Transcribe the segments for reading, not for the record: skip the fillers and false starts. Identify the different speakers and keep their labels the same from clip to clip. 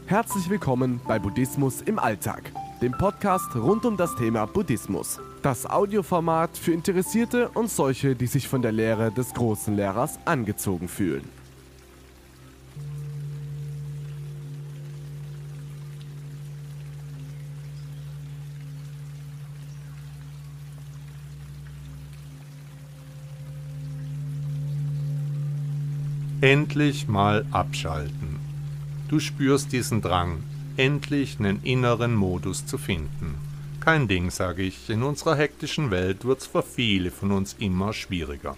Speaker 1: Herzlich willkommen bei Buddhismus im Alltag, dem Podcast rund um das Thema Buddhismus. Das Audioformat für Interessierte und solche, die sich von der Lehre des großen Lehrers angezogen fühlen.
Speaker 2: Endlich mal abschalten. Du spürst diesen Drang, endlich einen inneren Modus zu finden. Kein Ding, sage ich, in unserer hektischen Welt wird's für viele von uns immer schwieriger.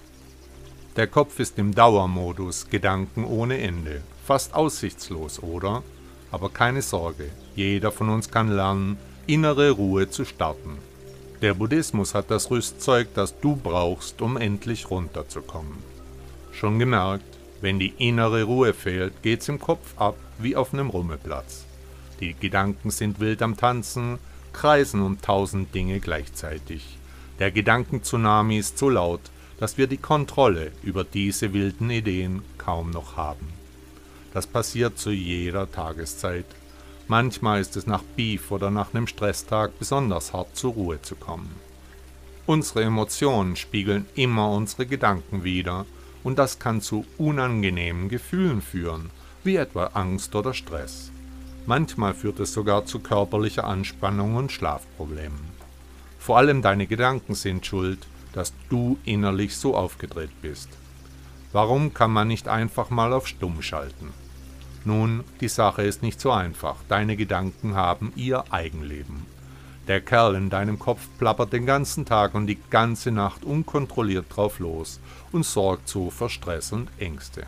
Speaker 2: Der Kopf ist im Dauermodus, Gedanken ohne Ende. Fast aussichtslos, oder? Aber keine Sorge, jeder von uns kann lernen, innere Ruhe zu starten. Der Buddhismus hat das Rüstzeug, das du brauchst, um endlich runterzukommen. Schon gemerkt? Wenn die innere Ruhe fehlt, geht's im Kopf ab wie auf einem Rummelplatz. Die Gedanken sind wild am Tanzen, kreisen um 1000 Dinge gleichzeitig. Der Gedankentsunami ist so laut, dass wir die Kontrolle über diese wilden Ideen kaum noch haben. Das passiert zu jeder Tageszeit. Manchmal ist es nach Beef oder nach einem Stresstag besonders hart, zur Ruhe zu kommen. Unsere Emotionen spiegeln immer unsere Gedanken wider, und das kann zu unangenehmen Gefühlen führen, wie etwa Angst oder Stress. Manchmal führt es sogar zu körperlicher Anspannung und Schlafproblemen. Vor allem deine Gedanken sind schuld, dass du innerlich so aufgedreht bist. Warum kann man nicht einfach mal auf Stumm schalten? Nun, die Sache ist nicht so einfach. Deine Gedanken haben ihr Eigenleben. Der Kerl in deinem Kopf plappert den ganzen Tag und die ganze Nacht unkontrolliert drauf los und sorgt so für Stress und Ängste.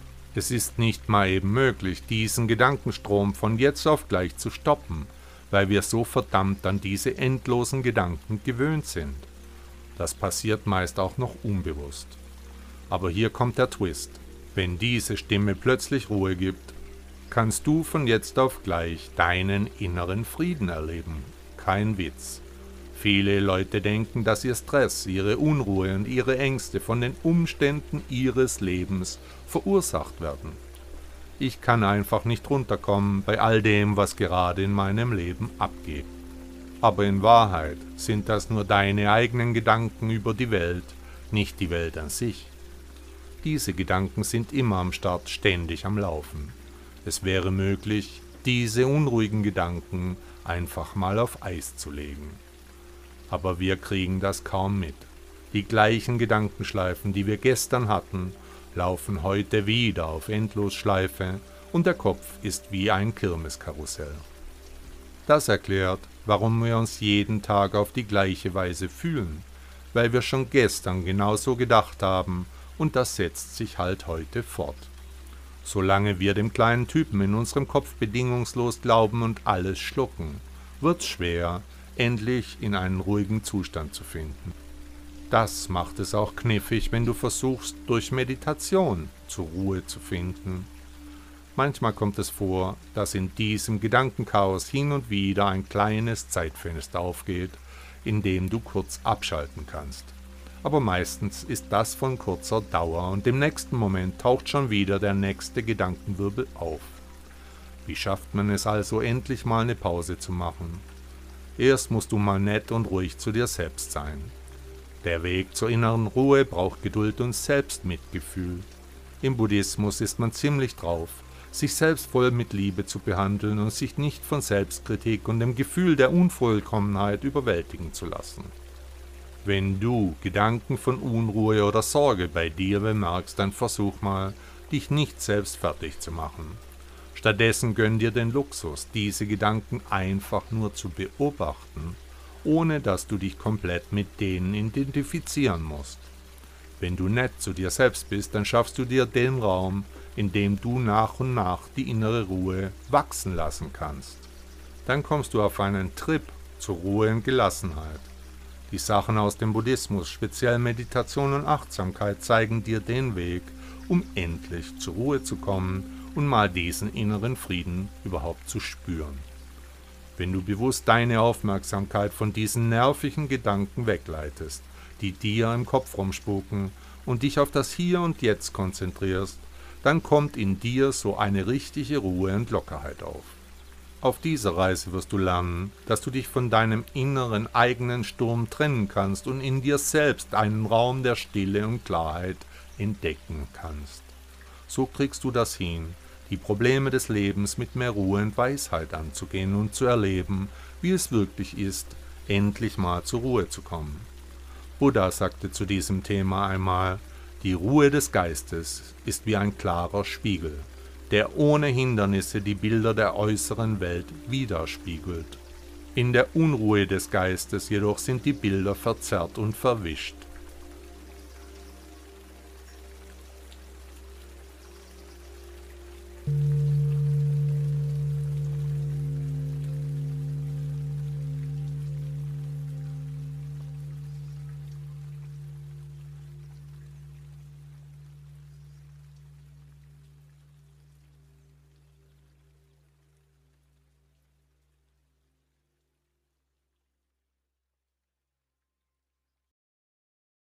Speaker 2: Es ist nicht mal eben möglich, diesen Gedankenstrom von jetzt auf gleich zu stoppen, weil wir so verdammt an diese endlosen Gedanken gewöhnt sind. Das passiert meist auch noch unbewusst. Aber hier kommt der Twist. Wenn diese Stimme plötzlich Ruhe gibt, kannst du von jetzt auf gleich deinen inneren Frieden erleben. Kein Witz. Viele Leute denken, dass ihr Stress, ihre Unruhe und ihre Ängste von den Umständen ihres Lebens verursacht werden. Ich kann einfach nicht runterkommen bei all dem, was gerade in meinem Leben abgeht. Aber in Wahrheit sind das nur deine eigenen Gedanken über die Welt, nicht die Welt an sich. Diese Gedanken sind immer am Start, ständig am Laufen. Es wäre möglich, diese unruhigen Gedanken einfach mal auf Eis zu legen. Aber wir kriegen das kaum mit. Die gleichen Gedankenschleifen, die wir gestern hatten, laufen heute wieder auf Endlosschleife und der Kopf ist wie ein Kirmeskarussell. Das erklärt, warum wir uns jeden Tag auf die gleiche Weise fühlen, weil wir schon gestern genauso gedacht haben und das setzt sich halt heute fort. Solange wir dem kleinen Typen in unserem Kopf bedingungslos glauben und alles schlucken, wird's schwer, endlich in einen ruhigen Zustand zu finden. Das macht es auch knifflig, wenn du versuchst, durch Meditation zur Ruhe zu finden. Manchmal kommt es vor, dass in diesem Gedankenchaos hin und wieder ein kleines Zeitfenster aufgeht, in dem du kurz abschalten kannst. Aber meistens ist das von kurzer Dauer und im nächsten Moment taucht schon wieder der nächste Gedankenwirbel auf. Wie schafft man es also, endlich mal eine Pause zu machen? Erst musst du mal nett und ruhig zu dir selbst sein. Der Weg zur inneren Ruhe braucht Geduld und Selbstmitgefühl. Im Buddhismus ist man ziemlich drauf, sich selbst voll mit Liebe zu behandeln und sich nicht von Selbstkritik und dem Gefühl der Unvollkommenheit überwältigen zu lassen. Wenn du Gedanken von Unruhe oder Sorge bei dir bemerkst, dann versuch mal, dich nicht selbst fertig zu machen. Stattdessen gönn dir den Luxus, diese Gedanken einfach nur zu beobachten, ohne dass du dich komplett mit denen identifizieren musst. Wenn du nett zu dir selbst bist, dann schaffst du dir den Raum, in dem du nach und nach die innere Ruhe wachsen lassen kannst. Dann kommst du auf einen Trip zur Ruhe und Gelassenheit. Die Sachen aus dem Buddhismus, speziell Meditation und Achtsamkeit, zeigen dir den Weg, um endlich zur Ruhe zu kommen und mal diesen inneren Frieden überhaupt zu spüren. Wenn du bewusst deine Aufmerksamkeit von diesen nervigen Gedanken wegleitest, die dir im Kopf rumspuken, und dich auf das Hier und Jetzt konzentrierst, dann kommt in dir so eine richtige Ruhe und Lockerheit auf. Auf dieser Reise wirst du lernen, dass du dich von deinem inneren eigenen Sturm trennen kannst und in dir selbst einen Raum der Stille und Klarheit entdecken kannst. So kriegst du das hin, die Probleme des Lebens mit mehr Ruhe und Weisheit anzugehen und zu erleben, wie es wirklich ist, endlich mal zur Ruhe zu kommen. Buddha sagte zu diesem Thema einmal: Die Ruhe des Geistes ist wie ein klarer Spiegel, der ohne Hindernisse die Bilder der äußeren Welt widerspiegelt. In der Unruhe des Geistes jedoch sind die Bilder verzerrt und verwischt.